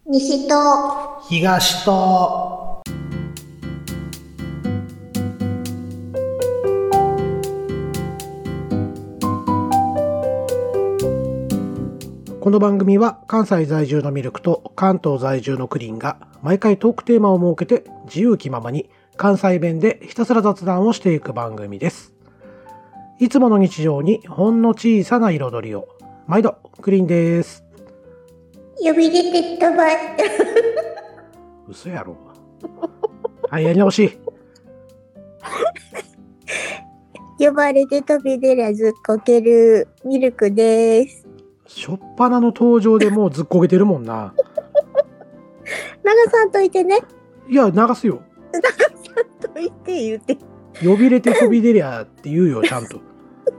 西と東と。この番組は関西在住のミルクと関東在住のクリンが毎回トークテーマを設けて自由気ままに関西弁でひたすら雑談をしていく番組です。いつもの日常にほんの小さな彩りを。毎度クリンです。 呼び出て飛ばした。 嘘やろ。はい、やり直し。 呼ばれて飛び出らずこけるミルクです。 しょっぱなの登場でもうずっこけてるもんな。 流さんといてね。 いや、流すよ。 流さんといて言うて。 呼びれて飛び出りゃって言うよ、ちゃんと。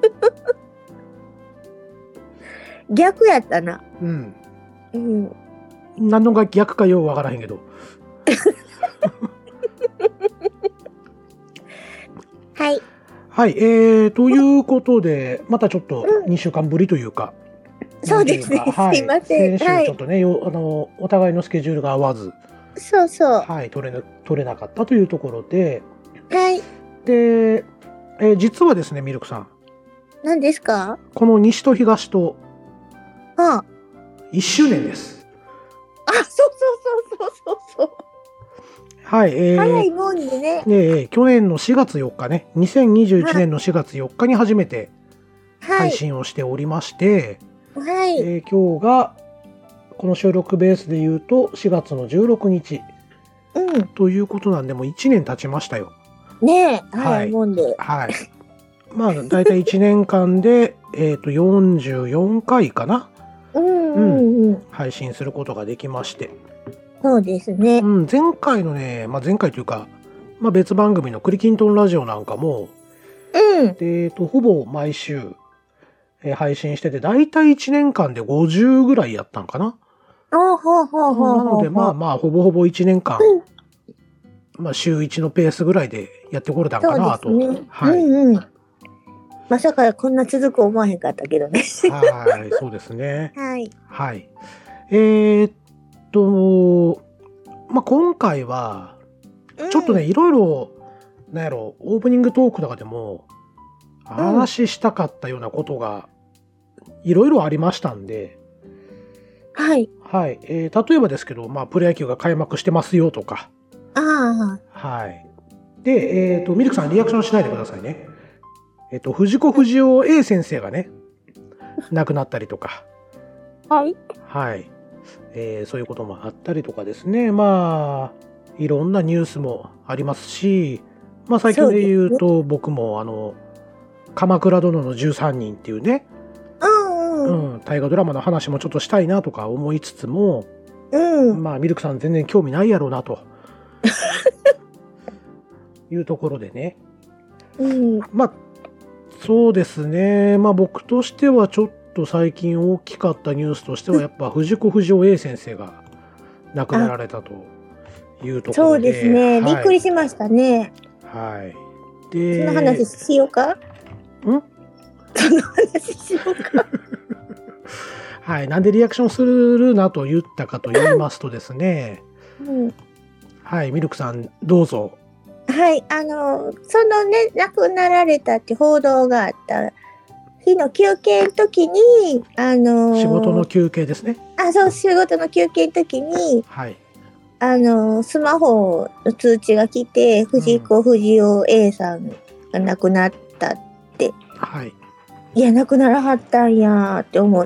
逆やったな。 うん。 うん。 何のが逆かようわからへんけど。 はい。 はい、ということで、またちょっと2週間ぶりというか。 そうですね。 はい、 すいません。 先週ちょっとね、お互いのスケジュールが合わず。 そうそう。 はい、取れなかったというところで。 はい。 で、実はですね、ミルクさん。 何ですか？ この西と東と、1周年です。 そうそう。 はい、 早いもんでね。 去年の4月4日ね、2021年の4月4日に初めて配信をしておりまして、 はい。 今日がこの収録ベースで言うと4月の16日ということなんで、もう1年経ちましたよ。 ねえ、早いもんで。 はい。まあ、だいたい1年間で、44回かな。配信することができまして。 そうですね。 前回のね、前回というか、別番組のクリキントンラジオなんかも、ほぼ毎週、配信してて、だいたい1年間で50ぐらいやったんかな。なので、ほぼほぼ1年間、週1のペースぐらいでやってこれたんかなと。はい。 まさかこんな続く思わへんかったけどね。 はい、そうですね。 はい。 はい。今回は、ちょっとね、いろいろ、オープニングトークとかでも、話したかったようなことが、いろいろありましたんで、 はい。 はい。例えばですけど、プロ野球が開幕してますよとか。はい。で、ミルクさんリアクションしないでくださいね。藤子不二雄 A 先生がね、亡くなったりとか。 はい。 はい。そういうこともあったりとかですね。いろんなニュースもありますし、最近で言うと、僕も鎌倉殿の13人っていうね、大河ドラマの話もちょっとしたいなとか思いつつも、ミルクさん全然興味ないやろうなというところでね。そうですね。僕としてはちょっと最近大きかったニュースとしてはやっぱ藤子不二雄 A 先生が亡くなられたというところで。 そうですね。びっくりしましたね。 はい。で、 その話しようか？その話しようか。 はい。なんでリアクションするなと言ったかと言いますとですね。はい。ミルクさん、どうぞ。 はい。そのね、亡くなられたって報道があった日の休憩の時に、 仕事の休憩ですね。 そう、仕事の休憩の時に、 はい。 スマホの通知が来て、藤子不二雄 A さんが亡くなったって。 はい。 いや、亡くならはったんやって思って、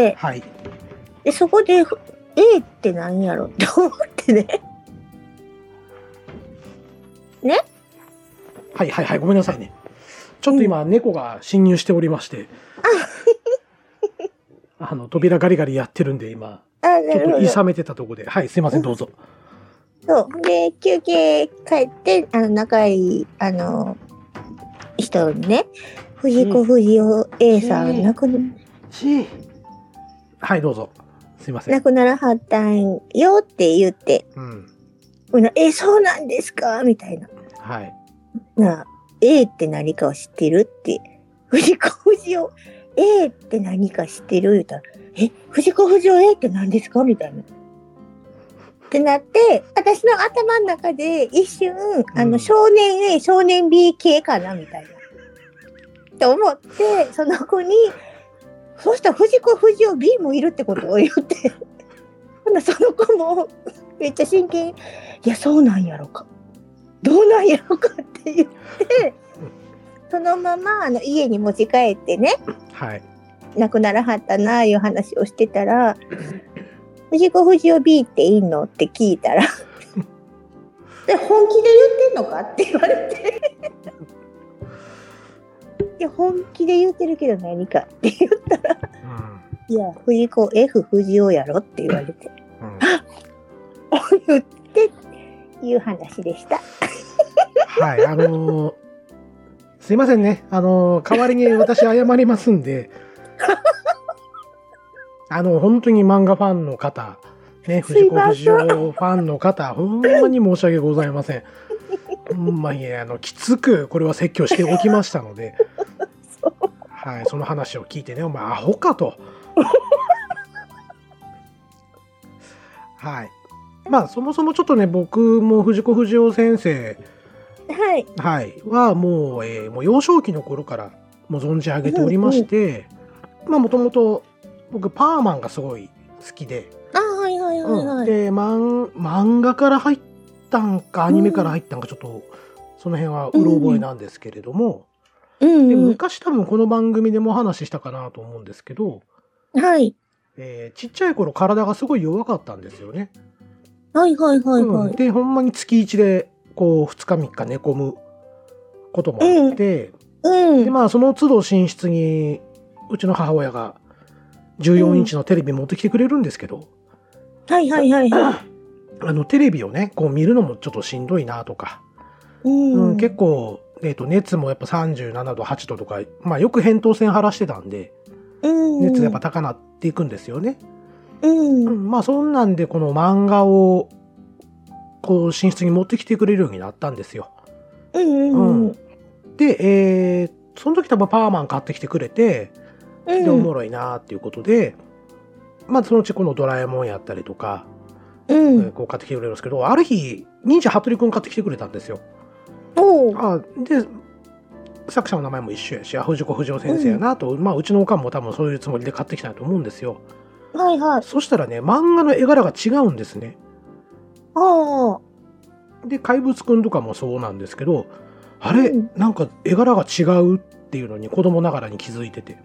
はい。 で、そこで、A って何やろって思ってね。ね？ はい、ごめんなさいね。ちょっと今、猫が侵入しておりまして、扉ガリガリやってるんで、今、ちょっといさめてたところで、はい、すいません、どうぞ。 そう。で、休憩帰って、仲いい、人にね、藤子不二雄 A さん亡くなはい、どうぞ。すいません。 亡くならはったんよって言って、そうなんですかみたいな。 はい。 A って何かを知ってるって、藤子不二雄 A って何か知ってる言うたら、藤子不二雄 A って何ですかみたいな。 ってなって、私の頭の中で一瞬、少年 A、少年 B 系かなみたいな。と思って、その子に、そうしたら藤子不二雄 B もいるってことを言って、その子もめっちゃ真剣に、いや、そうなんやろか。どうなんやろかって言って、そのまま家に持ち帰ってね、 はい。 亡くならはったなあいう話をしてたら、藤子不二雄 B っていいのって聞いたら、で本気で言ってんのかって言われて、いや本気で言ってるけど何かって言ったら、いや藤子 F 不二雄やろって言われて、言っていう話でした。 はい、すいませんね。代わりに私謝りますんで、本当に漫画ファンの方、ね、藤子不二雄ファンの方、ほんまに申し訳ございません。ほんまに、きつく、これは説教しておきましたので、はい、その話を聞いてね、お前アホかと。はい。まあ、そもそもちょっとね、僕も藤子不二雄先生、 はい。 はい。は、もう幼少期の頃からもう存じ上げておりまして、まあ、もともと、僕、パーマンがすごい好きで、 はいはいはいはい。 で、漫画から入ったんか、アニメから入ったんか、ちょっと、その辺はうろ覚えなんですけれども、で、昔多分この番組でもお話ししたかなと思うんですけど、 はい。 ちっちゃい頃体がすごい弱かったんですよね。 はいはいはいはい。 で、ほんまに月1で、こう、2日3日寝込むこともあって、で、まあ、その都度寝室に、うちの母親が14インチのテレビ持ってきてくれるんですけど、 はいはいはいはい。 テレビをね、こう見るのもちょっとしんどいなとか、結構、熱もやっぱ37度、8度とか、まあよく扁桃腺晴らしてたんで、熱がやっぱ高なっていくんですよね。まあそんなんでこの漫画を、こう寝室に持ってきてくれるようになったんですよ。で、その時多分パーマン買ってきてくれて、で、おもろいなっていうことで、まあそのうちこのドラえもんやったりとか、こう買ってきてくれるんですけど、ある日、忍者ハトリくん買ってきてくれたんですよ。で、作者の名前も一緒やし、藤子不二雄先生やなと、まあうちのおかんも多分そういうつもりで買ってきたと思うんですよ。 はいはい。 そしたらね、漫画の絵柄が違うんですね。で、怪物くんとかもそうなんですけど、あれ、なんか絵柄が違うっていうのに子供ながらに気づいてて。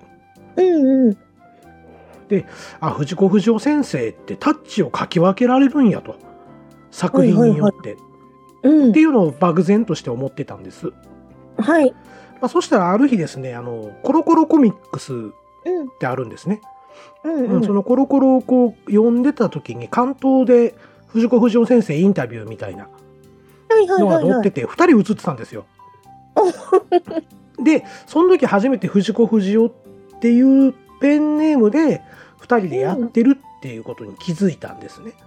で、藤子不二雄先生ってタッチを描き分けられるんやと。作品によって。っていうのを漠然として思ってたんです。 はい。 まあ、そしたらある日ですね、コロコロコミックスってあるんですね。そのコロコロをこう読んでた時に関東で藤子不二雄先生インタビューみたいなのが載ってて、2人写ってたんですよ。で、その時初めて藤子不二雄っていうペンネームで2人でやってるっていうことに気づいたんですね。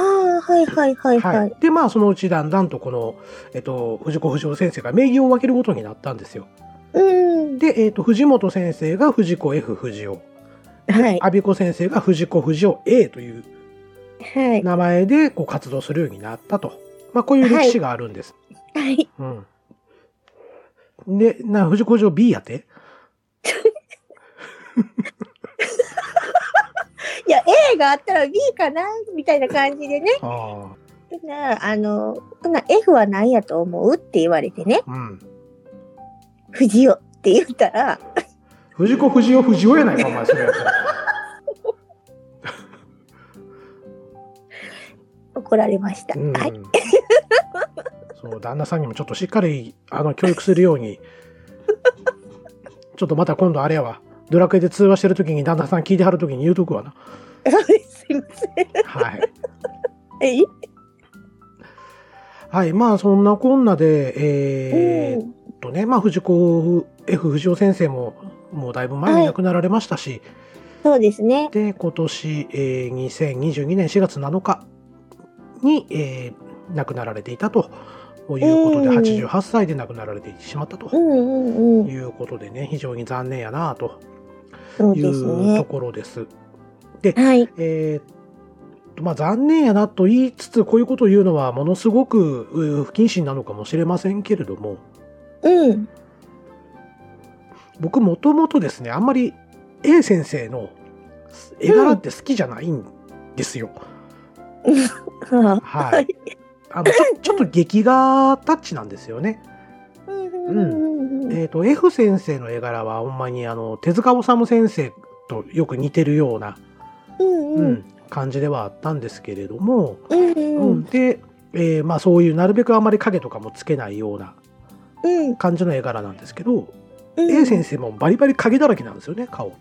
で、まあ、そのうちだんだんとこの、藤子不二雄先生が名義を分けることになったんですよ。で、藤本先生が藤子 F 不二雄。阿ビ子先生が藤子不二雄 A という名前でこう活動するようになったと。まあ、こういう歴史があるんです。で、藤子不二雄 B やっていや、A があったら B かなみたいな感じでね。F は何やと思うって言われてね。藤代って言ったら。 藤子不二雄藤代やないか、お前、それやったら。 怒られました。はい。 そう、旦那さんにもちょっとしっかり、教育するように。ちょっとまた今度あれやわ。ドラクエで通話してるときに旦那さん聞いてはるときに言うとくわな。 すいません。 はい。はい、まあそんなこんなで、まあ藤子 F 不二雄先生ももうだいぶ前に亡くなられましたし、 そうですね。 で、今年、2022年4月7日に、亡くなられていたということで、88歳で亡くなられてしまったということでね、非常に残念やなというところです。で、 まあ残念やなと言いつつ、こういうことを言うのはものすごく不謹慎なのかもしれませんけれども、 うん。 僕もともとですね、あんまり A 先生の絵柄って好きじゃないんですよ。はい。ちょっと劇画タッチなんですよね。F 先生の絵柄はほんまに手塚治虫先生とよく似てるような、感じではあったんですけれども、で、まあそういうなるべくあまり影とかもつけないような感じの絵柄なんですけど、A 先生もバリバリ影だらけなんですよね、顔。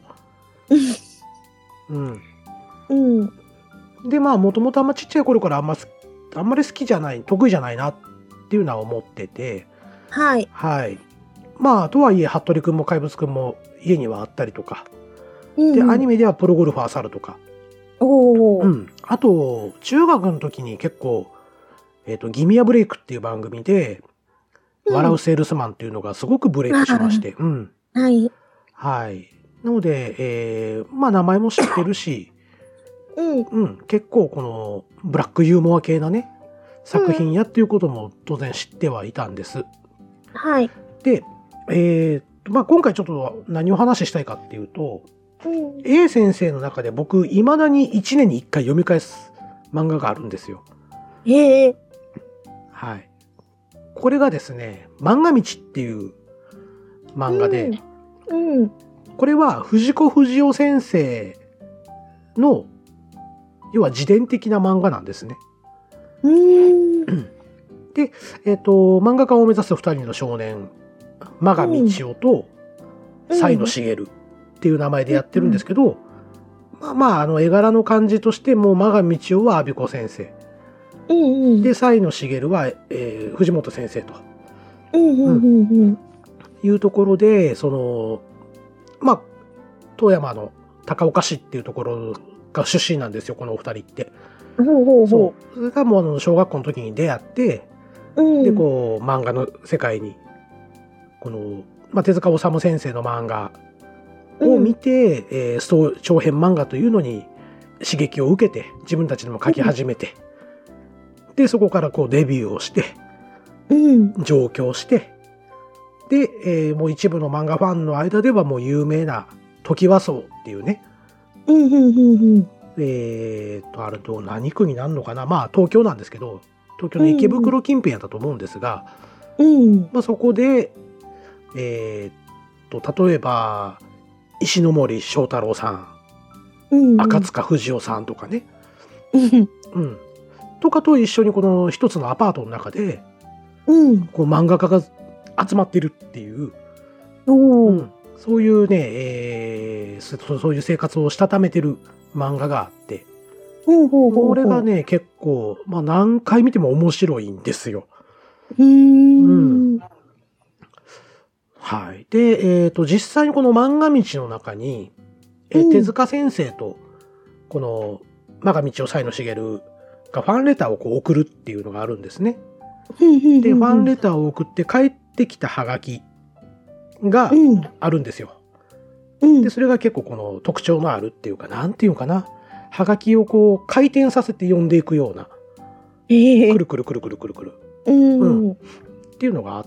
で、まあもともとあんまちっちゃい頃からあんまり好きじゃない、得意じゃないなっていうのは思ってて、 はい。 まあとはいえ服部くんも怪物くんも家にはあったりとか、でアニメではプロゴルファー猿とか、あと中学の時に結構ギミアブレイクっていう番組で、笑うセールスマンっていうのがすごくブレイクしまして、はい。なので、まあ名前も知ってるし、結構このブラックユーモア系なね、作品やっていうことも当然知ってはいたんです。 はい。 で、まあ今回ちょっと何を話したいかっていうと、A 先生の中で僕、未だに1年に1回読み返す漫画があるんですよ。はい。これがですね、漫画道っていう漫画で、これは藤子不二雄先生の、要は自伝的な漫画なんですね。で、漫画家を目指す2人の少年、馬賀道夫と才野茂っていう名前でやってるんですけど、まあ、絵柄の感じとしても、馬賀道夫は阿鼻子先生。で、才野茂は、藤本先生と。いうところで、まあ、富山の高岡市っていうところが出身なんですよ、このお二人って。そう。それがもう小学校の時に出会って、で、こう、漫画の世界に、この、まあ、手塚治虫先生の漫画を見て、長編漫画というのに刺激を受けて、自分たちでも書き始めて、で、そこからこうデビューをして、上京して、で、もう一部の漫画ファンの間ではもう有名なトキワ荘っていうね、あれと何区になるのかな、まあ東京なんですけど、東京の池袋近辺やったと思うんですが、まあそこで、例えば、石森章太郎さん、赤塚不二夫さんとかね、とかと一緒にこの一つのアパートの中で、こう漫画家が集まってるっていう、そういうね、そういう生活をしたためてる漫画があって、これがね、結構、まあ何回見ても面白いんですよ。はい。で、実際にこの漫画道の中に、手塚先生と、この、馬賀道夫才野茂がファンレターをこう送るっていうのがあるんですね。で、ファンレターを送って帰ってきたハガキがあるんですよ。で、それが結構この特徴のあるっていうか、なんていうかな。ハガキをこう回転させて読んでいくような。くるくるくるくるくるくる。っていうのがあって、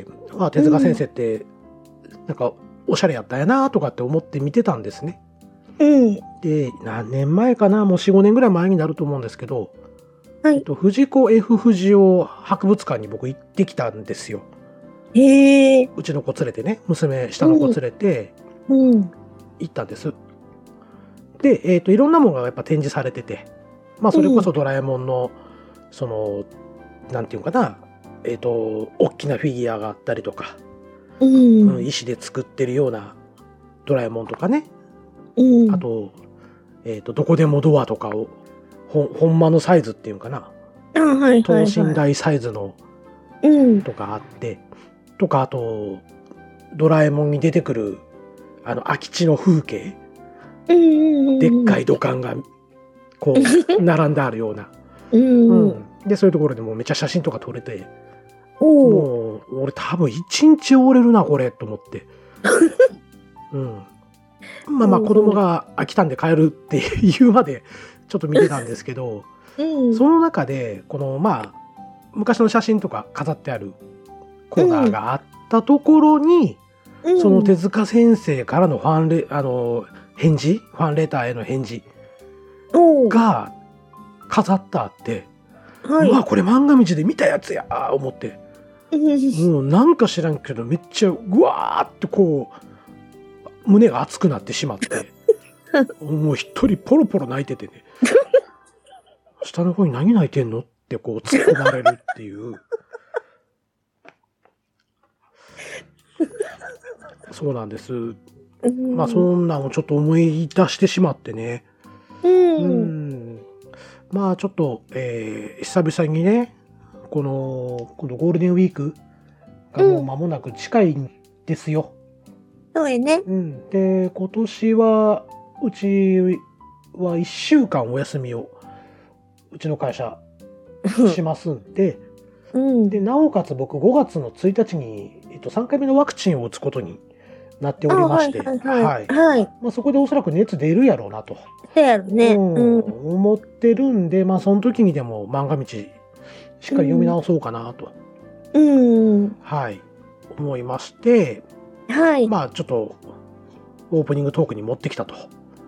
まあ、手塚先生って、なんか、おしゃれやったんやなとかって思って見てたんですね。で、何年前かな、もう4、5年ぐらい前になると思うんですけど、藤子 F 不二雄博物館に僕行ってきたんですよ。うちの子連れてね、娘、下の子連れて、行ったんです。で、いろんなものがやっぱ展示されてて、まあ、それこそドラえもんの、なんていうかな、大きなフィギュアがあったりとか、石で作ってるようなドラえもんとかね、あと、どこでもドアとかを、ほんまのサイズっていうかな、等身大サイズのとかあって、とか、あと、ドラえもんに出てくる、空き地の風景、でっかい土管が、こう、並んであるような。で、そういうところでもうめっちゃ写真とか撮れて、もう、俺多分一日折れるな、これ、と思って。まあまあ、子供が飽きたんで帰るって言うまで、 ちょっと見てたんですけど、その中で、この、まあ、昔の写真とか飾ってあるコーナーがあったところに、その手塚先生からの返事、ファンレターへの返事が飾ってあって、うわ、これ漫画道で見たやつや思って、もうなんか知らんけどめっちゃぐわーってこう胸が熱くなってしまってもう一人ポロポロ泣いててね下の方に何泣いてんのってこう突っ込まれるっていうそうなんです。まあそんなのをちょっと思い出してしまってね。まあちょっと、久々にね、このゴールデンウィークがもう間もなく近いんですよ。 そうやね。 で、今年は、うちは1週間お休みを、うちの会社しますんで、で、なおかつ僕5月の1日に、3回目のワクチンを打つことになっておりまして、まあそこでおそらく熱出るやろうなと。 そうやろね。 思ってるんで、まあその時にでも漫画道しっかり読み直そうかなと。はい。思いまして、まあちょっとオープニングトークに持ってきたと。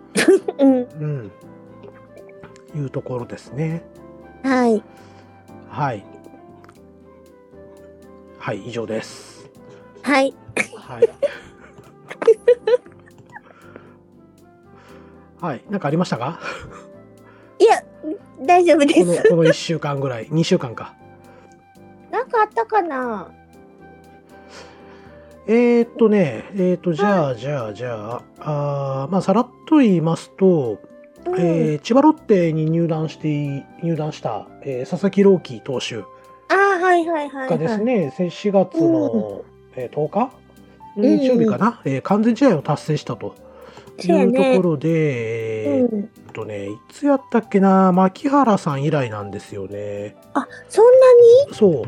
いうところですね。はい。はい。はい、以上です。はい。はい。はい。なんかありましたか？ いや、大丈夫です。 この1週間ぐらい、2週間か。 なんかあったかな？ じゃあ、まあ、さらっと言いますと、千葉ロッテに入団した、佐々木朗希投手がですね、4月の、10日の日曜日かな、完全試合を達成したというところで、いつやったっけな、牧原さん以来なんですよね。 あ、そんなに？そう。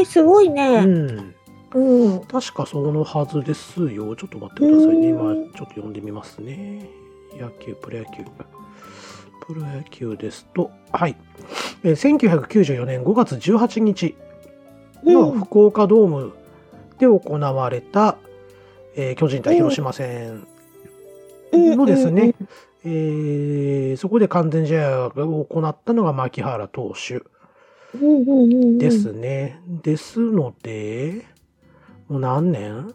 すごいね。 確かそのはずですよ。ちょっと待ってくださいね。今、ちょっと読んでみますね。プロ野球ですと、はい。1994年5月18日の福岡ドームで行われた、巨人対広島戦のですね、そこで完全試合を行ったのが牧原投手ですね。ですので、もう何年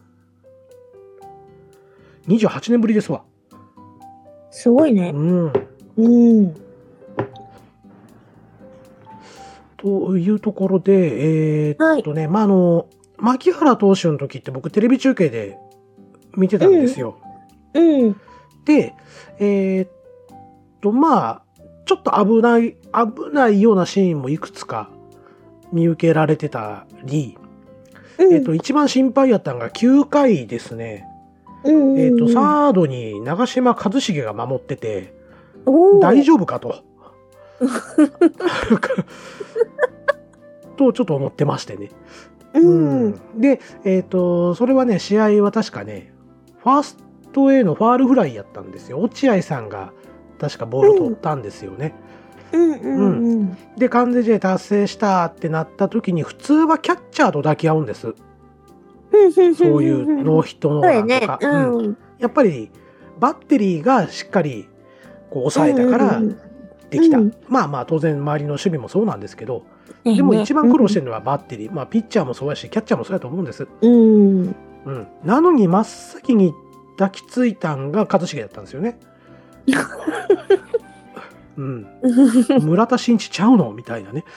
?28 年ぶりですわ。 すごいね。 というところで、まあ、牧原投手の時って僕テレビ中継で見てたんですよ。で、まあ、ちょっと危ないようなシーンもいくつか見受けられてたり、一番心配やったのが9回ですね。サードに長嶋一茂が守ってて、大丈夫かと。と、ちょっと思ってましてね。で、それはね、試合は確かね、ファーストへのファールフライやったんですよ。落合さんが確かボール取ったんですよね。で、完全試合達成したってなった時に、普通はキャッチャーと抱き合うんです。そういうノーヒットノーランとか。やっぱりバッテリーがしっかりこう抑えたからできた。まあまあ当然周りの守備もそうなんですけど、でも一番苦労してるのはバッテリー。まあピッチャーもそうやし、キャッチャーもそうやと思うんです。なのに真っ先に抱きついたんが一茂だったんですよね。村田真一ちゃうのみたいなね。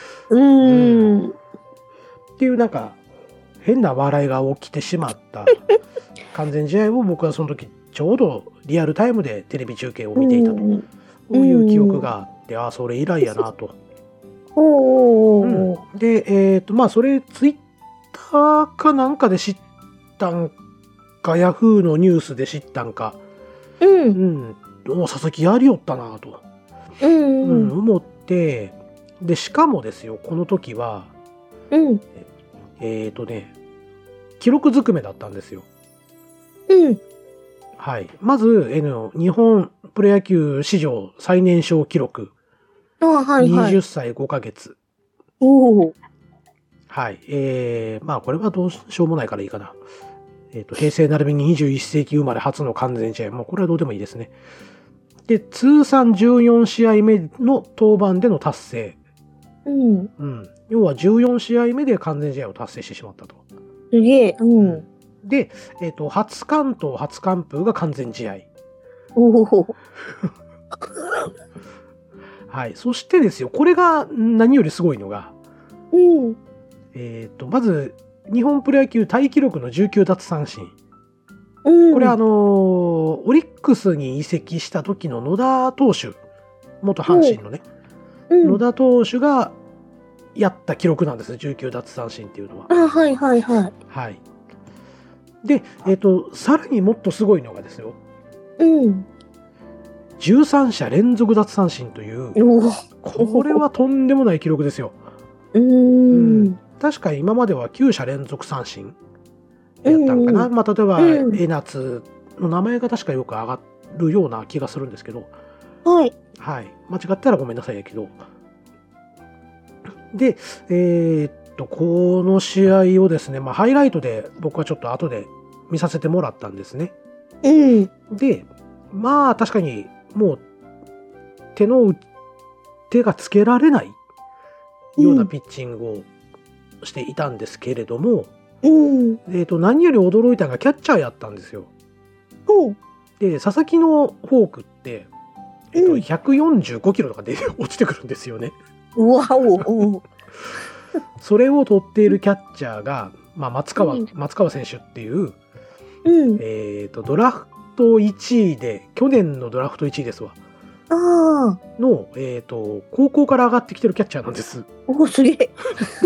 っていうなんか変な笑いが起きてしまった完全試合を僕はその時ちょうどリアルタイムでテレビ中継を見ていたという記憶があって、それ以来やなと。で、まあそれツイッターかなんかで知ったんか、ヤフーのニュースで知ったんか、佐々木やりよったなと。思って、で、しかもですよ、この時は、記録ずくめだったんですよ。 はい。まず、日本プロ野球史上最年少記録。 はいはい。 20歳5ヶ月。 おお。 はい。まあ、これはどうしようもないからいいかな。平成並びに21世紀生まれ初の完全試合。もうこれはどうでもいいですね。で、通算14試合目の登板での達成。 うん。 うん。要は14試合目で完全試合を達成してしまったと。 すげえ。うん。 で、初完投、初完封が完全試合。 おお。 はい。そしてですよ、これが何よりすごいのが、 うん。 まず、日本プロ野球タイ記録の19奪三振。 うん。 これオリックスに移籍した時の野田投手、元阪神のね、野田投手がやった記録なんです、19奪三振っていうのは。 はいはいはい。 はい。で、さらにもっとすごいのがですよ。 うん。 13者連続奪三振という、これはとんでもない記録ですよ。確か今までは9者連続三振やったんかな。まあ、例えば、江夏の名前が確かよく上がるような気がするんですけど。 はい。 はい。間違ったらごめんなさいやけど。で、この試合をですね、まあ、ハイライトで僕はちょっと後で見させてもらったんですね。で、まあ、確かにもう手がつけられないようなピッチングをしていたんですけれども、何より驚いたのがキャッチャーやったんですよ。で、佐々木のフォークって、145キロとかで落ちてくるんですよね。 わお。 それを取っているキャッチャーが、まあ、松川選手っていう、ドラフト1位で、去年のドラフト1位ですわ。の、高校から上がってきてるキャッチャーなんです。 すげえ。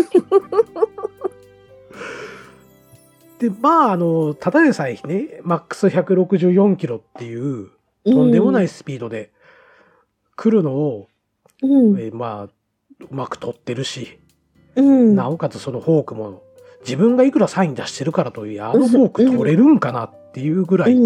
で、まあ、ただでさえね、マックス164キロっていう、とんでもないスピードで来るのを、まあ、うまく取ってるし、なおかつそのフォークも、自分がいくらサイン出してるからという、フォーク取れるんかなっていうぐらい、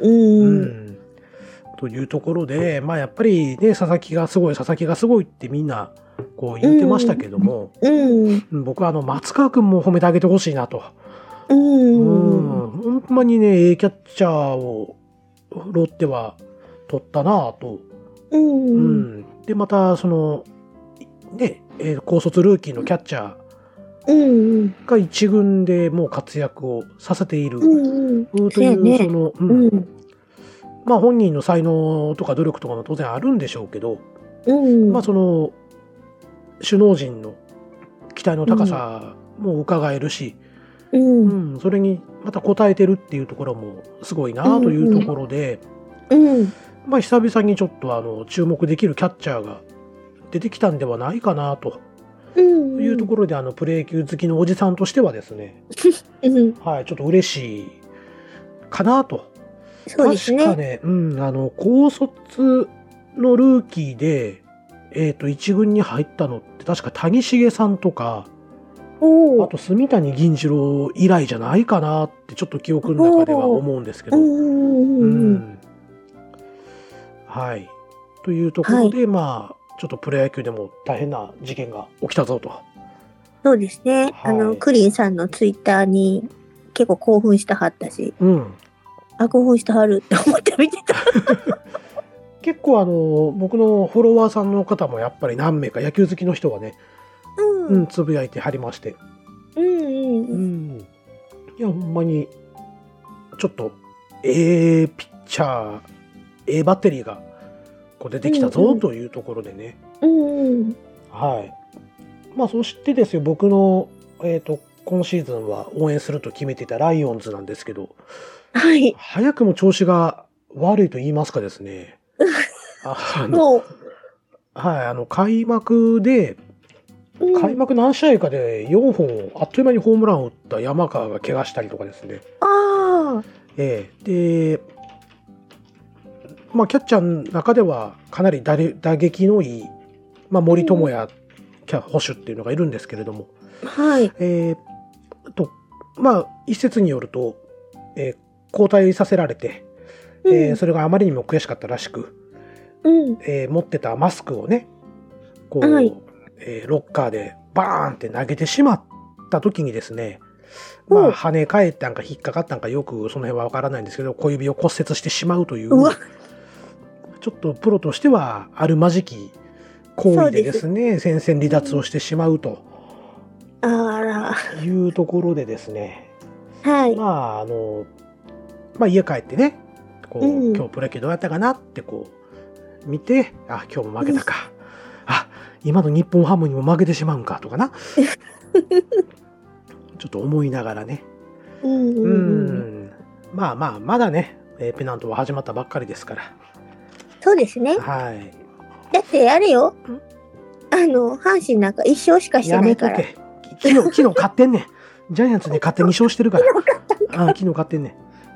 というところで、まあやっぱりね、佐々木がすごいってみんなこう言ってましたけども、僕は松川くんも褒めてあげてほしいなと。ほんまにね、キャッチャーをロッテは取ったなと。で、またその、ね、高卒ルーキーのキャッチャーが一軍でもう活躍をさせているという、その、まあ本人の才能とか努力とかも当然あるんでしょうけど、まあその首脳陣の期待の高さも伺えるし、それにまた応えてるっていうところもすごいなというところで、まあ久々にちょっと注目できるキャッチャーが出てきたんではないかなというところで、プロ野球好きのおじさんとしてはですね、はい、ちょっと嬉しいかなと。確かね、高卒のルーキーで、一軍に入ったのって確か谷繁さんとか、あと住谷銀次郎以来じゃないかなってちょっと記憶の中では思うんですけど。はい。というところで、まあ、ちょっとプロ野球でも大変な事件が起きたぞと。 そうですね。クリンさんのツイッターに結構興奮してはったし。興奮してはるって思って見てた。 結構僕のフォロワーさんの方もやっぱり何名か野球好きの人がね、つぶやいてはりまして。いや、ほんまに、ちょっと、ピッチャー、バッテリーがこう出てきたぞというところでね。はい。まあ、そしてですよ、僕の、今シーズンは応援すると決めていたライオンズなんですけど、早くも調子が悪いと言いますかですね。開幕何試合かで4本あっという間にホームランを打った山川が怪我したりとかですね。で、まあキャッチャーの中ではかなり打撃のいい、まあ森友哉捕手っていうのがいるんですけれども、まあ一説によると、交代させられて、 それがあまりにも悔しかったらしく、持ってたマスクをね、こう、ロッカーでバーンって投げてしまった時にですね、まあ、跳ね返ったんか引っかかったんかよくその辺はわからないんですけど、小指を骨折してしまうという、ちょっとプロとしてはあるまじき行為でですね、戦線離脱をしてしまうというところでですね、まあ、まあ、家帰ってね、こう、今日プロ野球どうやったかなってこう、見て、あ、今日も負けたか。あ、今の日本ハムにも負けてしまうんかとかな。ちょっと思いながらね。まあまあ、まだね、ペナントは始まったばっかりですから。 そうですね。 はい。 だってあれよ。阪神なんか1勝しかしてないから。やめとけ。昨日勝ってんねん。ジャイアンツで勝って2勝してるから。昨日勝ってんね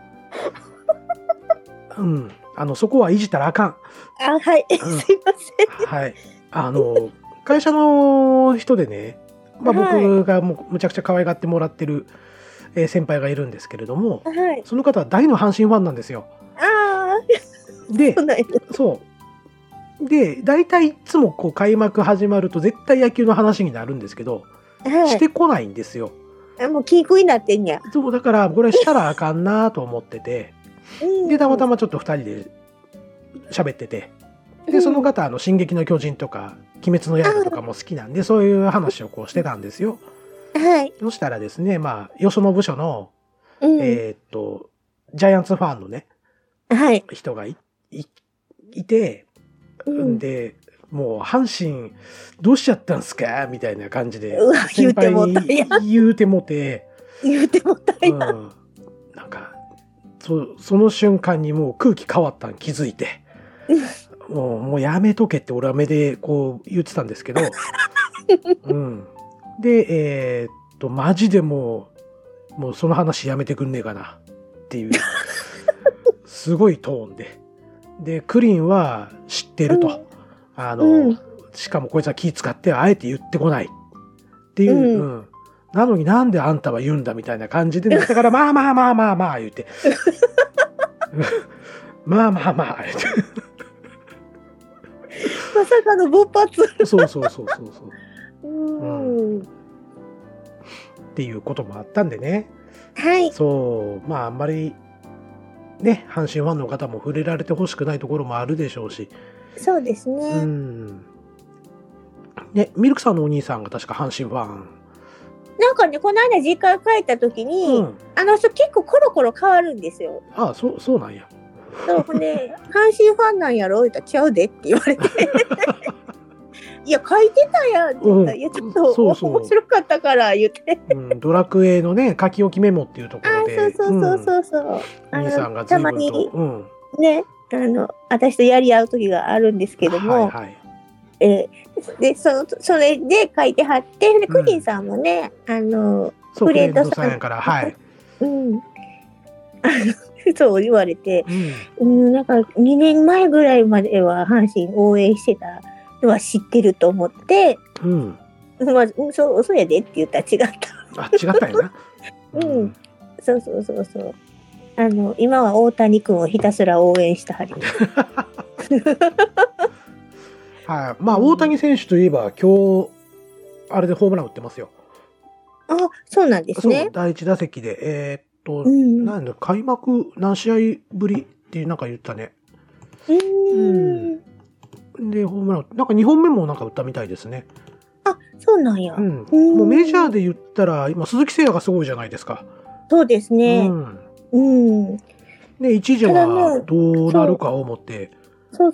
ん。そこはいじったらあかん。 はい。すいません。 はい。会社の人でね、まあ僕がもうむちゃくちゃ可愛がってもらってる先輩がいるんですけれども、その方は大の阪神ファンなんですよ。で、そう。で、大体いつもこう開幕始まると絶対野球の話になるんですけど、してこないんですよ。 もう気食いになってんや。 そう、だからこれしたらあかんなと思ってて、で、たまたまちょっと2人で喋ってて、で、その方、進撃の巨人とか、鬼滅の刃とかも好きなんで、そういう話をこうしてたんですよ。そしたらですね、まあ、よその部署の、ジャイアンツファンのね、人がいて、で、もう、阪神、どうしちゃったんすかみたいな感じで、先輩に言うてもて、なんか、その瞬間にもう空気変わったん気づいて、もうやめとけって俺は目でこう言ってたんですけど、で、マジでもうその話やめてくんねえかなっていう、すごいトーンで。で、クリンは知ってると。しかもこいつは気使ってあえて言ってこないっていう、なのになんであんたは言うんだみたいな感じで、だからまあまあまあまあまあ言って、まあまあまあ言って。 まさかの勃発。 そう。っていうこともあったんでね。そう、まああんまりね、阪神ファンの方も触れられてほしくないところもあるでしょうし。 そうですね。 ね、ミルクさんのお兄さんが確か阪神ファン。 なんかね、この間実家帰った時に、人結構コロコロ変わるんですよ。 そうなんや。 そうね、阪神ファンなんやろ言ったらちゃうでって言われて。いや、書いてたやんって言ったら、いや、ちょっと面白かったから言って。 ドラクエのね、書き置きメモっていうところで。 そう。 兄さんが随分と。 ね、私とやり合う時があるんですけども。で、それで書いてはって、で、クリンさんもね、 フレンドさんやから、 そう言われて、なんか2年前ぐらいまでは阪神応援してたのは知ってると思って、まあ、そうやでって言ったら違った。 違ったよな。 そう。今は大谷君をひたすら応援したはり。 はい、まあ大谷選手といえば今日あれでホームラン打ってますよ。 そうなんですね。 第一打席でなんだ開幕何試合ぶりってなんか言ったね。でホームランなんか2本目もなんか打ったみたいですね。 そうなんや。 もうメジャーで言ったら今鈴木誠也がすごいじゃないですか。 そうですね。 で一時はどうなるかを思って。 そう。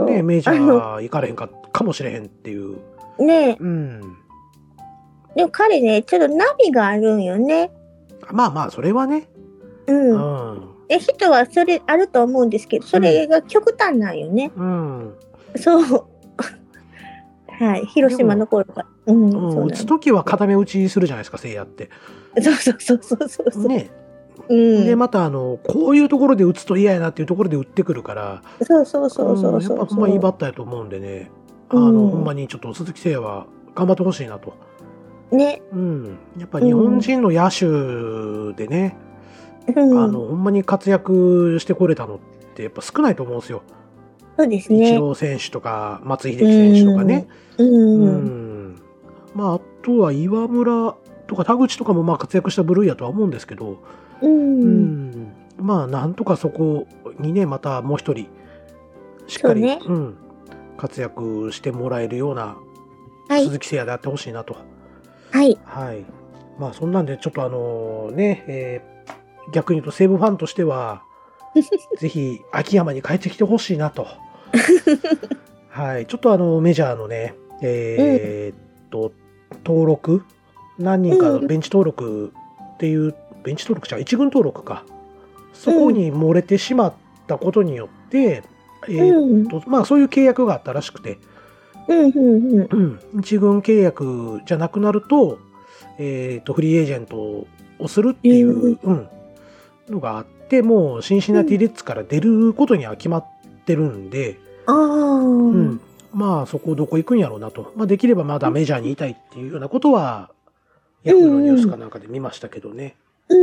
ね、メジャー行かれへんかもしれへんっていう。 ね。でも彼ね、ちょっとナビがあるんよね。 まあそれはね。 人はそれあると思うんですけど、それが極端なんよね。そう。はい、広島の頃から。 打つときは固め打ちするじゃないですか、誠也って。 そう。 ね。でまたこういうところで打つと嫌やなっていうところで打ってくるから、 そう。 やっぱほんまいいバッターやと思うんでね、ほんまにちょっと鈴木誠也は頑張ってほしいなと。 ね。 やっぱ日本人の野手でね、ほんまに活躍してこれたのっってやっぱ少ないと思うんですよ。 そうですイチね。 ロー選手とか松井秀喜選手とかね。まああとは岩村とか田口とかもまあ活躍した部類やとは思うんですけど、まあなんとかそこにねまたもう一人しっかり、活躍してもらえるような鈴木誠也であってほしいなと。 はい。 はい。まあそんなんでちょっと逆に言うと西武ファンとしてはぜひ秋山に帰ってきてほしいなと。はい。ちょっとメジャーのね、登録何人かベンチ登録っていう、ベンチ登録じゃ一軍登録か。そこに漏れてしまったことによって、まあそういう契約があったらしくて、一軍契約じゃなくなると、フリーエージェントをするっていう、のがあって、もうシンシナティレッツから出ることには決まってるんで、まあそこどこ行くんやろうなと。まあできればまだメジャーにいたいっていうようなことは、ヤフーのニュースかなんかで見ましたけどね。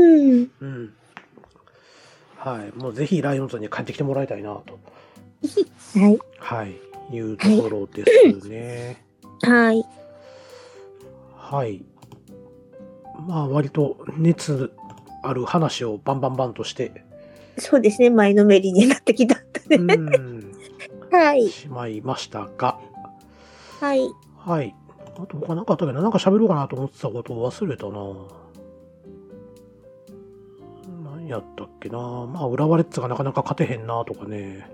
はい。もうぜひライオンズに帰ってきてもらいたいなと。 はい。 はい。いうところですね。 はい。 はい。まあ割と熱ある話をバンバンバンとして。 そうですね。前のめりになってきたね。はい。 しまいましたが。 はい。 はい。あと他何かあったっけな、なんか喋ろうかなと思ってたことを忘れたな。何やったっけな。まあ浦和レッズがなかなか勝てへんなとかね。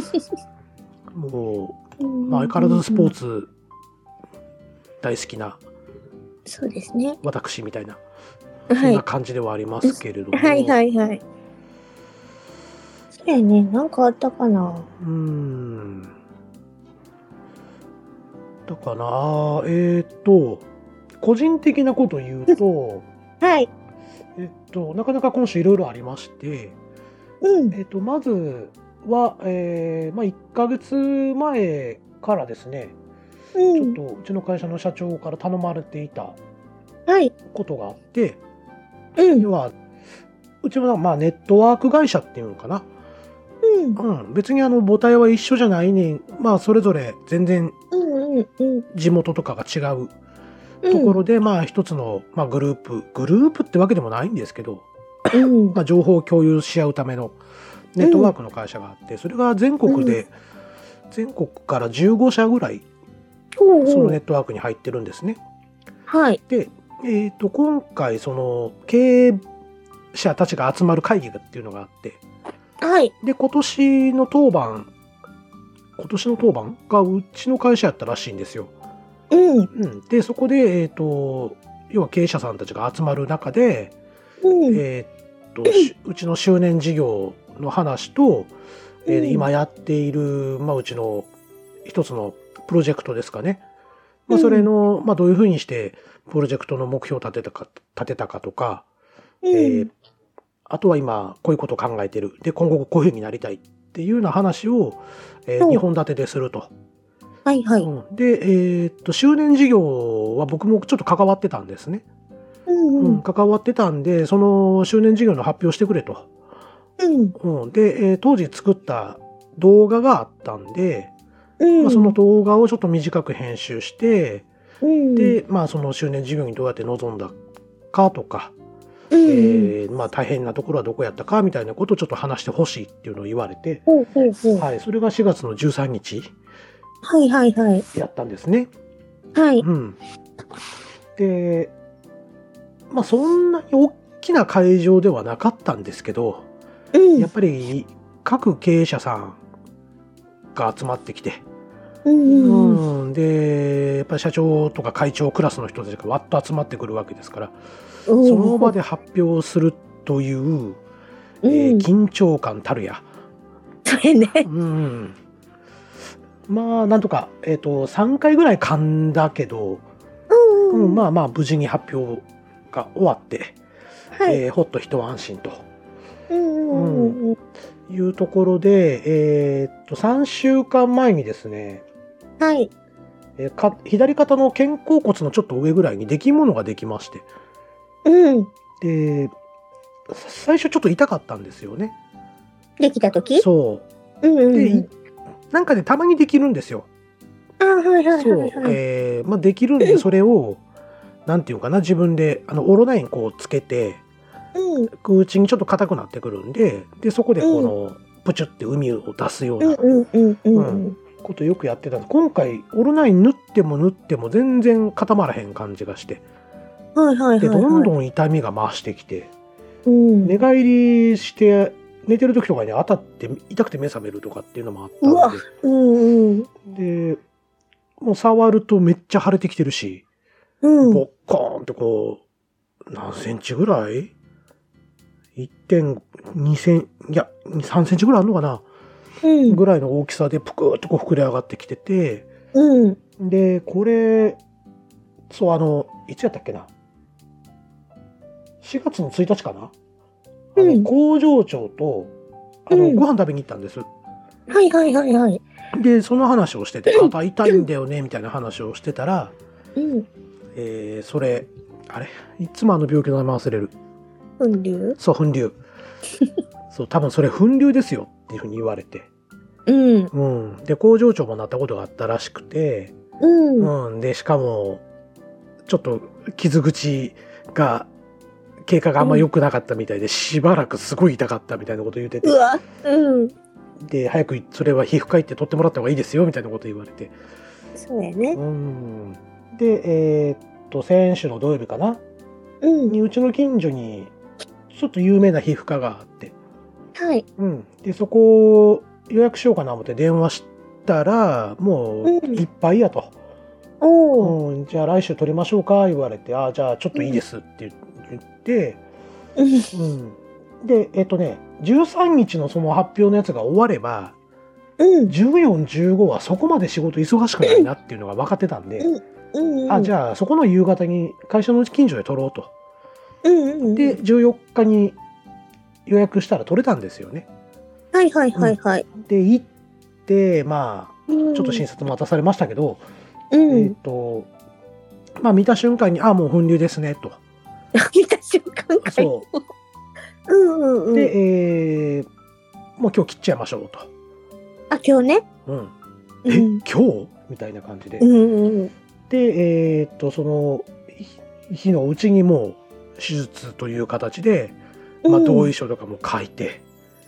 もう、まあ相変わらずスポーツ大好きな。 そうですね。 私みたいな。そんな感じではありますけれども。 はいはいはい。そうやね。なんかあったかな。 だから、個人的なこと言うと、 はい。 なかなか今週いろいろありまして、まずは、まあ1ヶ月前からですね、ちょっとうちの会社の社長から頼まれていたことがあって、要は、うちのまあネットワーク会社っていうのかな。別に母体は一緒じゃないねん。まあそれぞれ全然地元とかが違うところで、まあ一つの、まあ、グループってわけでもないんですけど、まあ情報を共有し合うためのネットワークの会社があって、それが全国から15社ぐらいそのネットワークに入ってるんですね。 はい。 で、今回その経営者たちが集まる会議っていうのがあって、 はい。 で、今年の当番がうちの会社やったらしいんですよ。で、そこで、要は経営者さんたちが集まる中で、うちの周年事業の話と、今やっている、まあ、うちの一つのプロジェクトですかね。まあ、それの、まあ、どういうふうにしてプロジェクトの目標を立てたかとか、あとは今こういうことを考えてる。で、今後こういうふうになりたいっていうような話を、2本立てですると。 はいはい。 で、周年事業は僕もちょっと関わってたんですね。関わってたんで、その周年事業の発表してくれと。で、当時作った動画があったんで、まあ、その動画をちょっと短く編集して、で、まあその周年事業にどうやって臨んだかとか、まあ大変なところはどこやったかみたいなことをちょっと話してほしいっていうのを言われて、はい、それが4月の13日やったんですね。 はい。 で、まあそんなに大きな会場ではなかったんですけど、やっぱり各経営者さんが集まってきて、で、やっぱり社長とか会長クラスの人たちがわっと集まってくるわけですから、その場で発表するという、緊張感たるや。 それね。 まあ、なんとか、3回ぐらい噛んだけど、まあまあ、無事に発表が終わって、ほっと一安心と。いうところで、3週間前にですね、左肩の肩甲骨のちょっと上ぐらいに出来物ができまして、で、最初ちょっと痛かったんですよね。 できた時？ そう。 で、なんかね、たまにできるんですよ。そう。まあ、できるんで、それを、なんていうかな、自分で、オロナインこうつけて、空中にちょっと硬くなってくるんで、で、そこでこの、プチュって海を出すような、ことよくやってたんです。今回、オロナイン塗っても全然固まらへん感じがして。で、どんどん痛みが増してきて、寝返りして、寝てる時とかに当たって痛くて目覚めるとかっていうのもあったんで、で、もう触るとめっちゃ腫れてきてるし、ボッコーンってこう、何センチぐらい ?1.2 セン、いや、3センチぐらいあるのかな、ぐらいの大きさでぷくーっとこう膨れ上がってきてて、で、これ、そう、いつやったっけな、4月の1日かな、工場長と、ご飯食べに行ったんです。で、その話をしてて、肩痛いんだよね、みたいな話をしてたら、それ、あれいつも病気の名前忘れる。 粉瘤？ そう、粉瘤。そう、多分それ粉瘤ですよっていうふうに言われて。で、工場長もなったことがあったらしくて、で、しかも、ちょっと傷口が、経過があんま良くなかったみたいで、しばらくすごい痛かったみたいなこと言ってて。で、早くそれは皮膚科行って取ってもらった方がいいですよみたいなこと言われて。 そうやね。 で、先週の土曜日かな、にうちの近所にちょっと有名な皮膚科があって、でそこを予約しようかな思って電話したらもういっぱいやと、じゃあ来週取りましょうか言われて、じゃあちょっといいですって言って、で13日のその発表のやつが終われば、14、15はそこまで仕事忙しくないなっていうのが分かってたんで、じゃあそこの夕方に会社の近所で取ろうと。で、14日に予約したら取れたんですよね。で、行って、まあ、ちょっと診察待たされましたけど、まあ見た瞬間に、もう粉瘤ですね、と。 見た瞬間かい。 そう。で、もう今日切っちゃいましょうと。 今日ね。 今日みたいな感じで。で、その日のうちにもう手術という形で、同意書とかも書いて、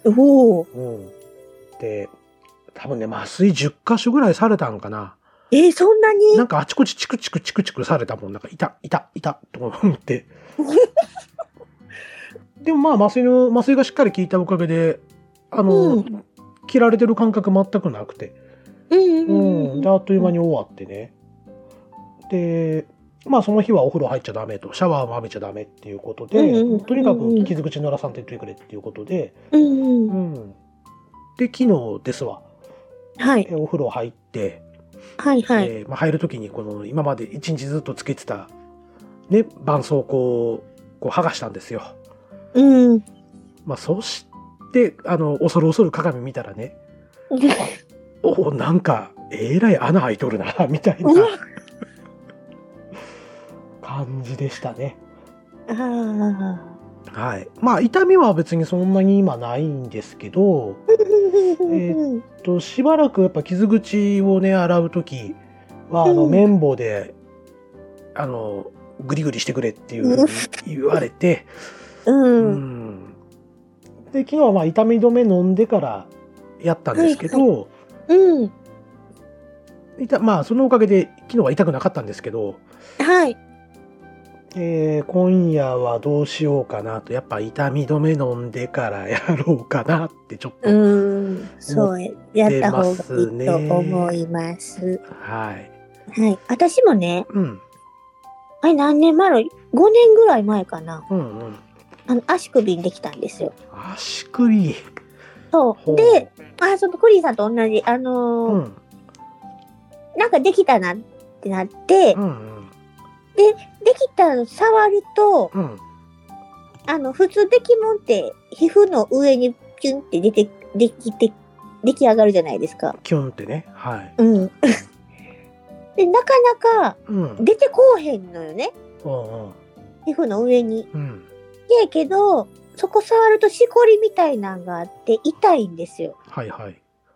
で、多分ね、麻酔10箇所ぐらいされたんかな。 そんなに？ なんかあちこちチクチクされたもん、なんか痛と思って。でも麻酔がしっかり効いたおかげで、切られてる感覚全くなくて。で、あっという間に終わってね。で、その日はお風呂入っちゃダメと、シャワーも浴びちゃダメっていうことで、とにかく傷口濡らさんと言ってくれっていうことで、で、昨日ですわ。お風呂入って、入るときにこの今まで一日ずっとつけてた、ね、絆創膏をこう剥がしたんですよ。そして、恐る恐る鏡見たらね、なんか、えらい穴開いとるな、みたいな感じでしたね。痛みは別にそんなに今ないんですけど、しばらくやっぱ傷口をね、洗うときは、綿棒で、グリグリしてくれっていうふうに言われて、で、昨日は痛み止め飲んでからやったんですけど、そのおかげで昨日は痛くなかったんですけど、今夜はどうしようかなと、やっぱ痛み止め飲んでからやろうかなってちょっとそうやった方がいいと思います。私もね、何年前？5年ぐらい前かな。足首にできたんですよ。 足首。 そうで、そのクリーンさんと同じなんかできたなってなって、できたの触ると、普通できもんって皮膚の上にピュンって出来上がるじゃないですか。 キュンってね。 で、なかなか出てこうへんのよね。皮膚の上に。けど、そこ触るとしこりみたいなのがあって痛いんですよ。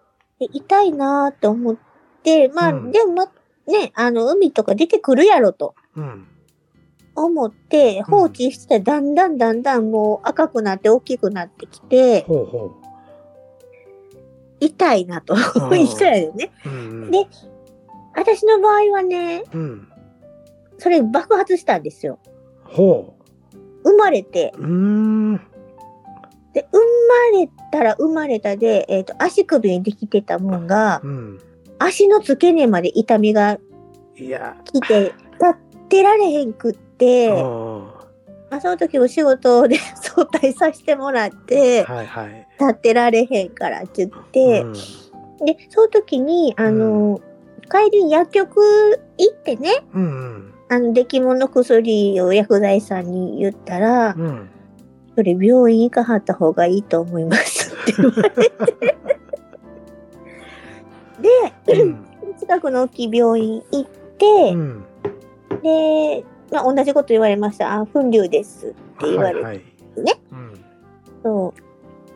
痛いなーって思って、まあ、でもね、海とか出てくるやろと。思って放置してだんだんもう赤くなって大きくなってきて、痛いなと一緒やよね。で、私の場合はね、それ爆発したんですよ。生まれて。で、生まれたら生まれたで、足首にできてたもんが、足の付け根まで痛みが来て、立ってられへんくって、まあ、その時お仕事で早退させてもらって、立ってられへんからって言って、で、その時に、帰りに薬局行ってね、出来物薬を薬剤師さんに言ったら、それ病院行かはった方がいいと思いますって言われて。で、近くの大きい病院行って、で、まあ、同じこと言われました。粉瘤ですって言われてね。そう。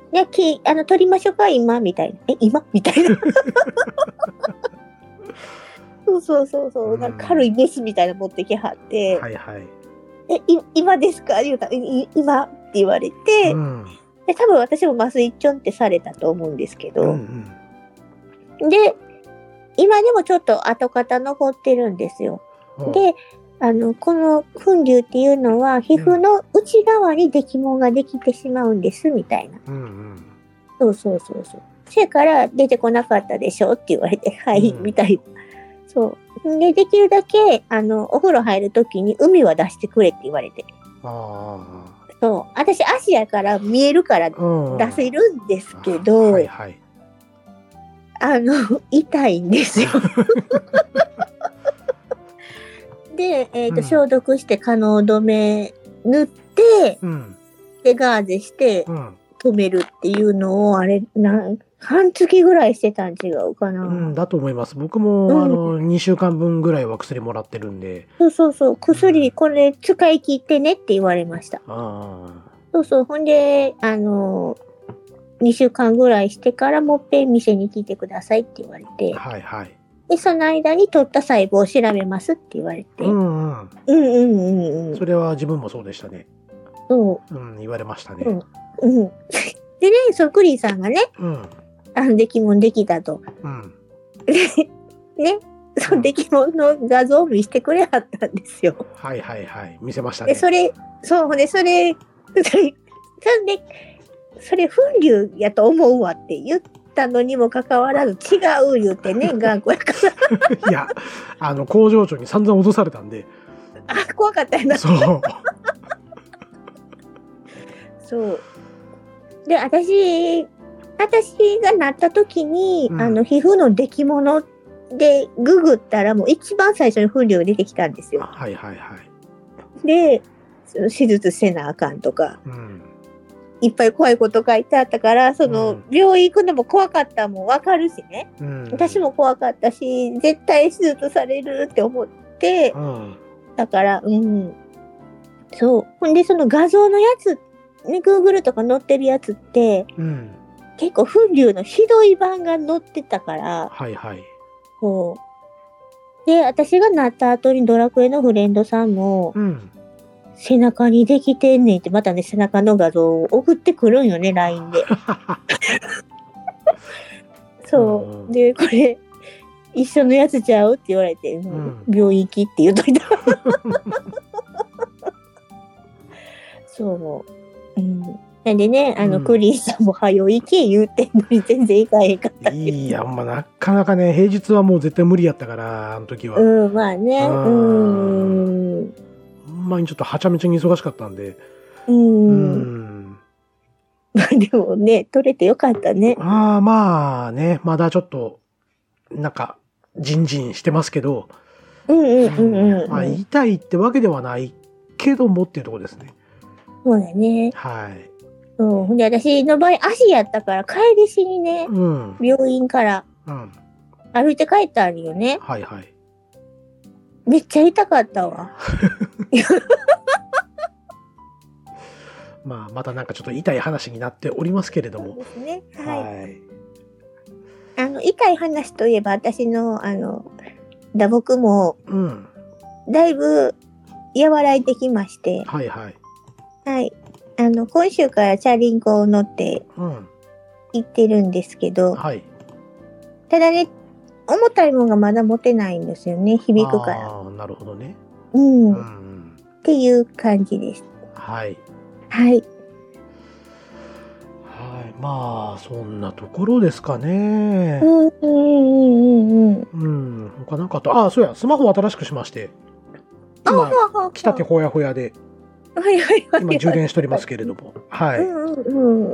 で、取りましょうか今みたいな。今みたいな。そう。なんか軽いメスみたいなの持ってきはって。今ですか言うたら、今って言われて、で、多分私も麻酔ちょんってされたと思うんですけど、で、今でもちょっと跡形残ってるんですよ。で、この粉瘤っていうのは皮膚の内側にできもんができてしまうんですみたいな。そう。それから出てこなかったでしょって言われて、はい、みたいな。そう。で、できるだけ、お風呂入るときに海は出してくれって言われて。そう。私足やから見えるから出せるんですけど、痛いんですよ。で、消毒して可能止め塗って、で、ガーゼして、止めるっていうのを、あれ、半月ぐらいしてたん違うかな。 だと思います。僕も、2週間分ぐらいは薬もらってるんで。 そう。薬、これ使い切ってねって言われました。そう。ほんで、2週間ぐらいしてからもっぺん店に来てくださいって言われて。で、その間に取った細胞を調べますって言われて。 それは自分もそうでしたね。言われましたね。 でね、そっくりさんがね、出来物できたと。ね、その出来物の画像を見せてくれはったんですよ。 見せましたね。 で、それ、粉瘤やと思うわって言ったのにもかかわらず違う言うてね、頑固やから。 いや、工場長に散々脅されたんで。 怖かったよな。 そう。 で、私がなった時に、皮膚の出来物でググったらもう一番最初に粉瘤が出てきたんですよ。で、手術せなあかんとか、いっぱい怖いこと書いてあったから、病院行くのも怖かったもん分かるしね。私も怖かったし、絶対手術されるって思って、だから、そう。ほんで、その画像のやつ、ね、Google とか載ってるやつって、結構粉瘤のひどい版が載ってたから、そう。で、私がなった後にドラクエのフレンドさんも、背中にできてんねんって、またね、背中の画像を送ってくるんよね、LINE で。そう。で、これ、一緒のやつちゃうって言われて、病院行きって言うといた。そう。なんでね、クリーンさんも早行き言うてんのに全然行かへんかった。 いや、なかなかね、平日はもう絶対無理やったから、あの時は。 まあね。 ほんまにちょっとはちゃめちゃに忙しかったんで。 まあでもね、取れてよかったね。 まあね、まだちょっと、なんか、ジンジンしてますけど。痛いってわけではないけどもっていうところですね。 そうだね。ほんで、私の場合、足やったから、帰りしにね、病院から、歩いて帰ったんよね。めっちゃ痛かったわ。 またなんかちょっと痛い話になっておりますけれども。 そうですね。 痛い話といえば、私の、打撲も、だいぶ、和らいできまして。 はいはい。 はい。今週からチャリンコを乗って、行ってるんですけど、 はい。 ただね、重たいものがまだ持てないんですよね、響くから。 ああ、なるほどね。 っていう感じです。 はい。 はい。 まあ、そんなところですかね。他なんかと、そうや、スマホ新しくしまして。今、来たてほやほやで。今、充電しておりますけれども。はい。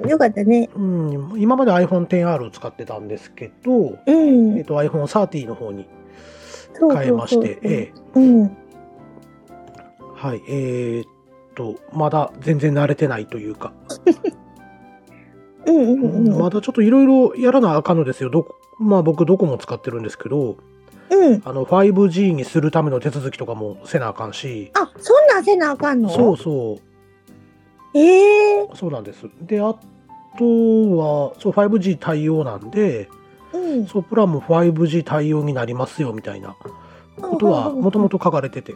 よかったね。 今まで iPhone XR を使ってたんですけど、iPhone 30の方に変えまして、はい。まだ全然慣れてないというか。まだちょっといろいろやらなあかんのですよ。僕ドコモ使ってるんですけど、5G にするための手続きとかもせなあかんし。 あ、そんなんせなあかんの？ そうそう。そうなんです。で、あとは、5G 対応なんで、プランも 5G 対応になりますよみたいなことはもともと書かれてて。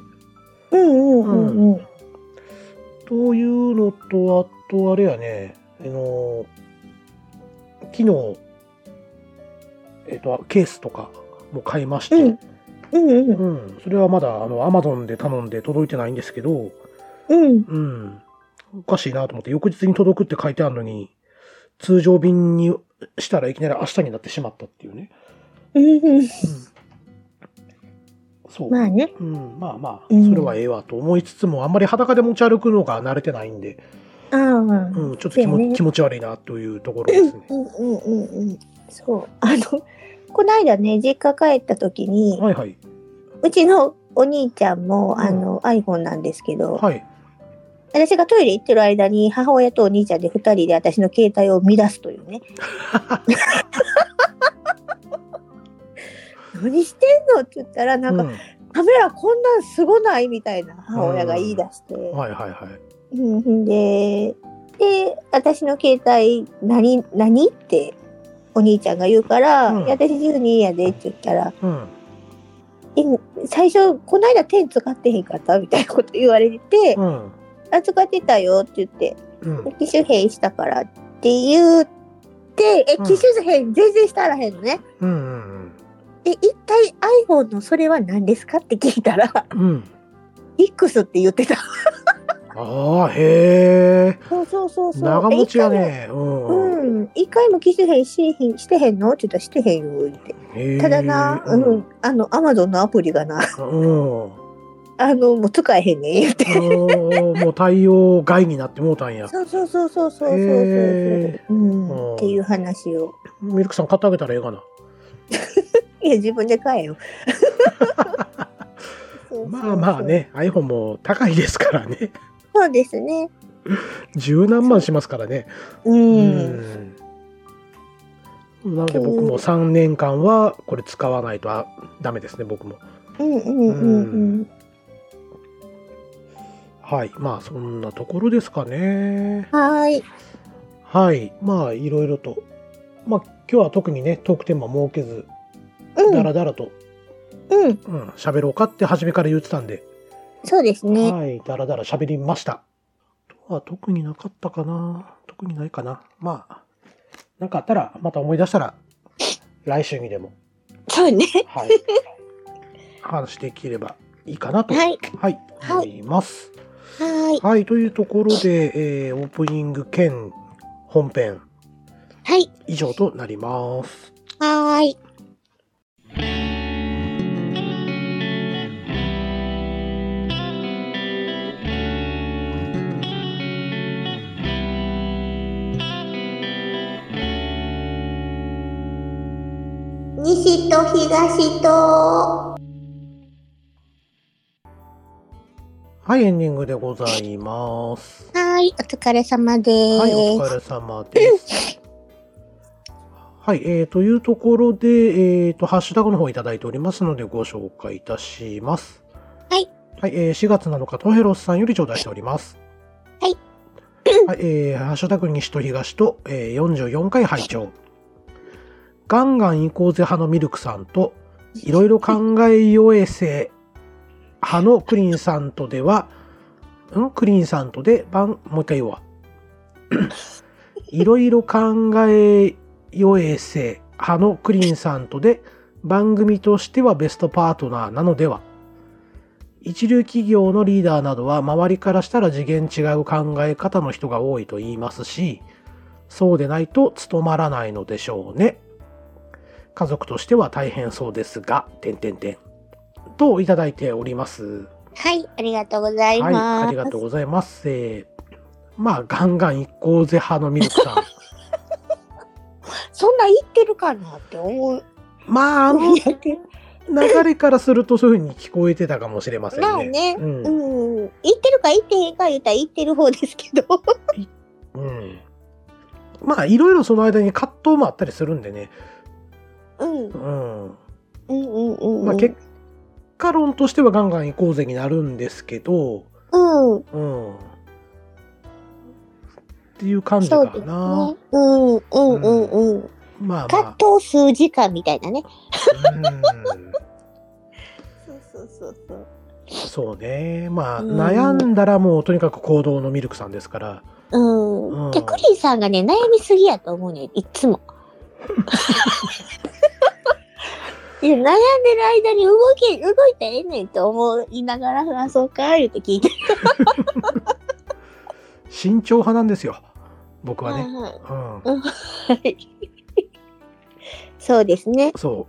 というのと、あとあれやね、昨日、ケースとかも買いまして、それはまだAmazon で頼んで届いてないんですけど、おかしいなと思って、翌日に届くって書いてあるのに、通常便にしたらいきなり明日になってしまったっていうね。そう。 まあね。 まあ、それはええわと思いつつも、あんまり裸で持ち歩くのが慣れてないんで、ちょっと気持ち悪いなというところですね。 そう。この間ね、実家帰った時に、 はいはい。 うちのお兄ちゃんも、iPhone なんですけど、 はい。 私がトイレ行ってる間に母親とお兄ちゃんで2人で私の携帯を乱すというね。何してんのって言ったら、なんか、カメラこんなんすごないみたいな母親が言い出して。で、私の携帯何ってお兄ちゃんが言うから、私12やでって言ったら、最初、この間10使ってへんかったみたいなこと言われて、使ってたよって言って、機種変したからって言って、機種変全然したらへんのね。一体 iPhone のそれは何ですかって聞いたら、X って言ってた。 へえ。 そう。 長持ちやね。 一回も機種変してへんのって言ったらしてへんよって。ただな、Amazon のアプリがな、もう使えへんねん言って。 もう対応外になってもうたんや。 そう。っていう話を。 ミルクさん買ってあげたらええかな。 いや、自分で買えよ。 まあね、iPhone も高いですからね。 そうですね。 十何万しますからね。なので僕も3年間はこれ使わないとダメですね、僕も。はい。まあ、そんなところですかね。 はい。 まあ、いろいろと。まあ、今日は特にね、トークテーマ設けず、だらだらと、喋ろうかって初めから言ってたんで。 そうですね。 だらだら喋りました。特になかったかな。特にないかな。まあ、なんかあったら、また思い出したら、来週にでも。 そうね。 話できればいいかなと、思います。というところで、オープニング兼本編、以上となります。 西と東と。 エンディングでございます。 お疲れ様です。 お疲れ様です。というところで、ハッシュタグの方いただいておりますのでご紹介いたします。4月7日、トヘロスさんより頂戴しております。ハッシュタグ西と東と、44回拝聴。 ガンガン行こうぜ派のミルクさんと、いろいろ考えよえせ派のクリーンさんとでは、クリーンさんとで、もう一回言おうわ。いろいろ考えよえせ派のクリーンさんとで、番組としてはベストパートナーなのでは。一流企業のリーダーなどは周りからしたら次元違う考え方の人が多いと言いますし、そうでないと務まらないのでしょうね。家族としては大変そうですが、といただいております。 はい、ありがとうございます。 はい、ありがとうございます。まあ、ガンガン行こうぜ派のミルクさん。 そんな言ってるかなって思う。 まあ、流れからするとそういう風に聞こえてたかもしれませんね。 まあね、言ってるか言ってへんか言ったら言ってる方ですけど。 まあ、いろいろその間に葛藤もあったりするんでね。まあ、結果論としてはガンガン行こうぜになるんですけど、っていう感じかな。まあ、 葛藤数時間みたいなね。 そうね。まあ、悩んだらもうとにかく行動のミルクさんですから。 じゃクリンさんがね、悩みすぎやと思うね、いつも。いや、悩んでる間に動いたらええねんと思いながら、あ、そうか、言うて聞いて。 慎重派なんですよ。僕はね。 そうですね。 そう。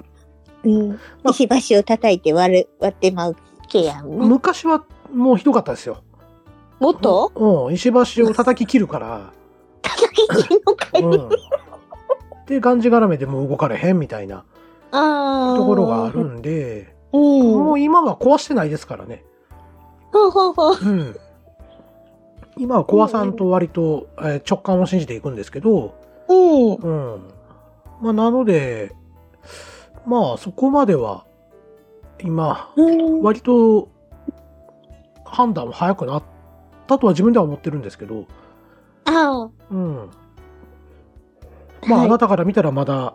石橋を叩いて割ってまう系やんね。 昔はもうひどかったですよ。 もっと？ 石橋を叩き切るから。 叩き切るのかい。 で、がんじがらめでもう動かれへんみたいなところがあるんで、もう今は壊してないですからね。今は壊さんと割と直感を信じていくんですけど、まあ、なので、まあそこまでは今、割と判断は早くなったとは自分では思ってるんですけど、まああなたから見たらまだ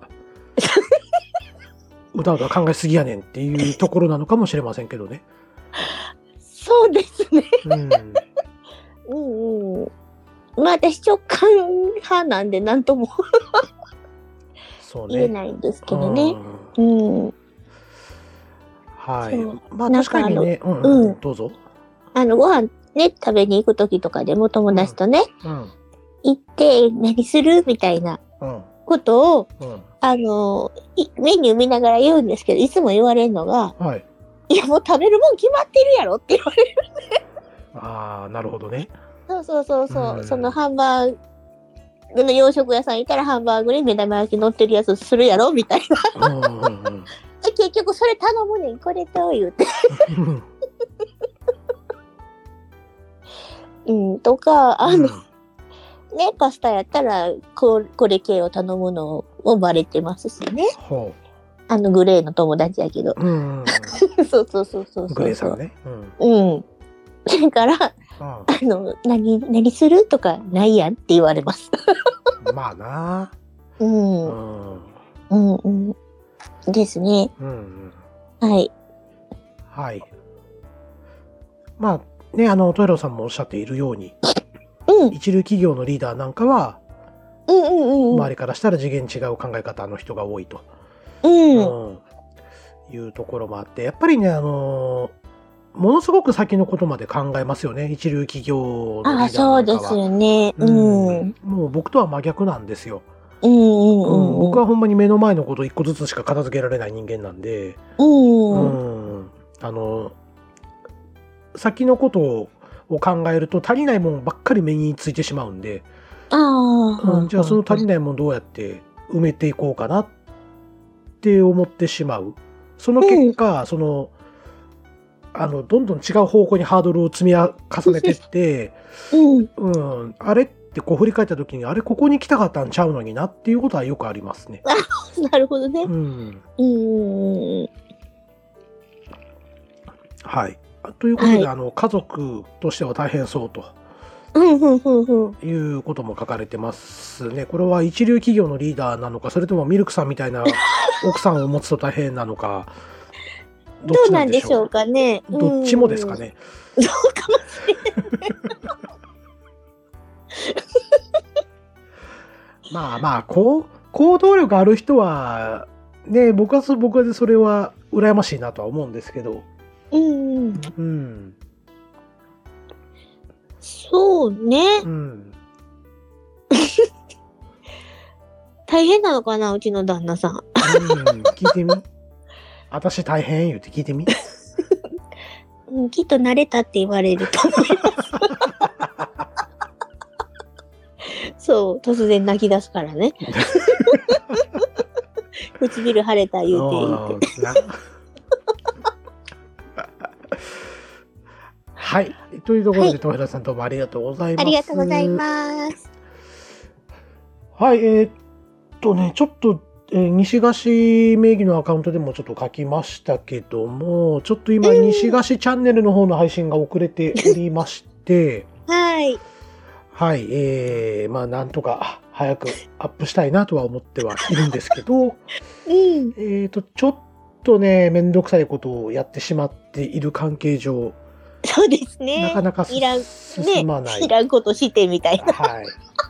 うだうだ考えすぎやねんっていうところなのかもしれませんけどね。 そうですね。まあ私直感派なんで何とも言えないんですけどね。 はい。まあ確かにね、どうぞ。 ご飯ね、食べに行くときとかでも友達とね、行って何するみたいなことを、メニュー見ながら言うんですけど、いつも言われるのが、いやもう食べるもん決まってるやろって言われるね。 ああ、なるほどね。 そう。そのハンバーグの洋食屋さんいたらハンバーグに目玉焼き乗ってるやつするやろみたいな。結局それ頼むねん、これと言うて。とか、ね、パスタやったらこれ系を頼むのをバレてますしね。グレーの友達やけど。そう。 グレーさんね。 だから、何するとかないやんって言われます。 まあな。 ですね。はい。 まあね、トイロさんもおっしゃっているように、一流企業のリーダーなんかは、周りからしたら次元違う考え方の人が多いと、いうところもあって、やっぱりね、ものすごく先のことまで考えますよね、一流企業のリーダーなんかは。 そうですよね。 もう僕とは真逆なんですよ。僕はほんまに目の前のこと一個ずつしか片付けられない人間なんで、先のことを考えると足りないもんばっかり目についてしまうんで、じゃあその足りないもんどうやって埋めていこうかなって思ってしまう。その結果、どんどん違う方向にハードルを積み重ねてって、あれってこう振り返った時に、あれここに来たかったんちゃうのになっていうことはよくありますね。 なるほどね。 はい。ということで、家族としては大変そうと。 いうことも書かれてますね。これは一流企業のリーダーなのか、それともミルクさんみたいな奥さんを持つと大変なのか、 どうなんでしょうかね。 どっちもですかね。 どうかもしれない。 まあまあ、行動力ある人は、ね、僕はそれは羨ましいなとは思うんですけど。 そうね。大変なのかな、うちの旦那さん。 聞いてみ。私大変言って聞いてみ。 きっと慣れたって言われると思います。そう、突然泣き出すからね。唇腫れた言うて。 はい。というところで、豊平さんどうもありがとうございます。 ありがとうございます。 はい、ちょっと、西菓子名義のアカウントでもちょっと書きましたけども、ちょっと今、西菓子チャンネルの方の配信が遅れておりまして、 はい。 はい、まあ、なんとか早くアップしたいなとは思ってはいるんですけど、ちょっとね、めんどくさいことをやってしまっている関係上、 そうですね。 なかなか進まない。 いらんことしてみたいな。 はい。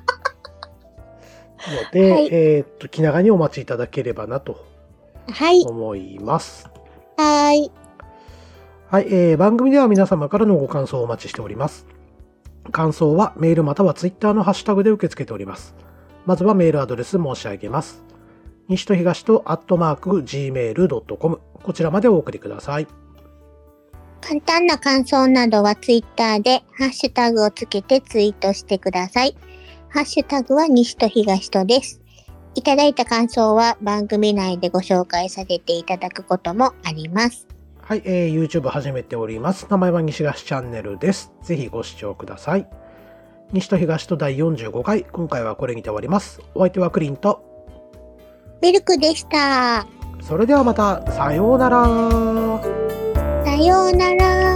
ので、気長にお待ちいただければなと思います。 はい。 はい、番組では皆様からのご感想をお待ちしております。感想はメールまたはツイッターのハッシュタグで受け付けております。まずはメールアドレス申し上げます。西と東と@gmail.com こちらまでお送りください。 簡単な感想などはツイッターでハッシュタグをつけてツイートしてください。ハッシュタグは西と東とです。いただいた感想は番組内でご紹介させていただくこともあります。 はい、YouTube 始めております。名前は西菓子チャンネルです。ぜひご視聴ください。西と東と第45回、今回はこれにて終わります。お相手はクリンとミルクでした。 それではまた、さようなら。 さようなら。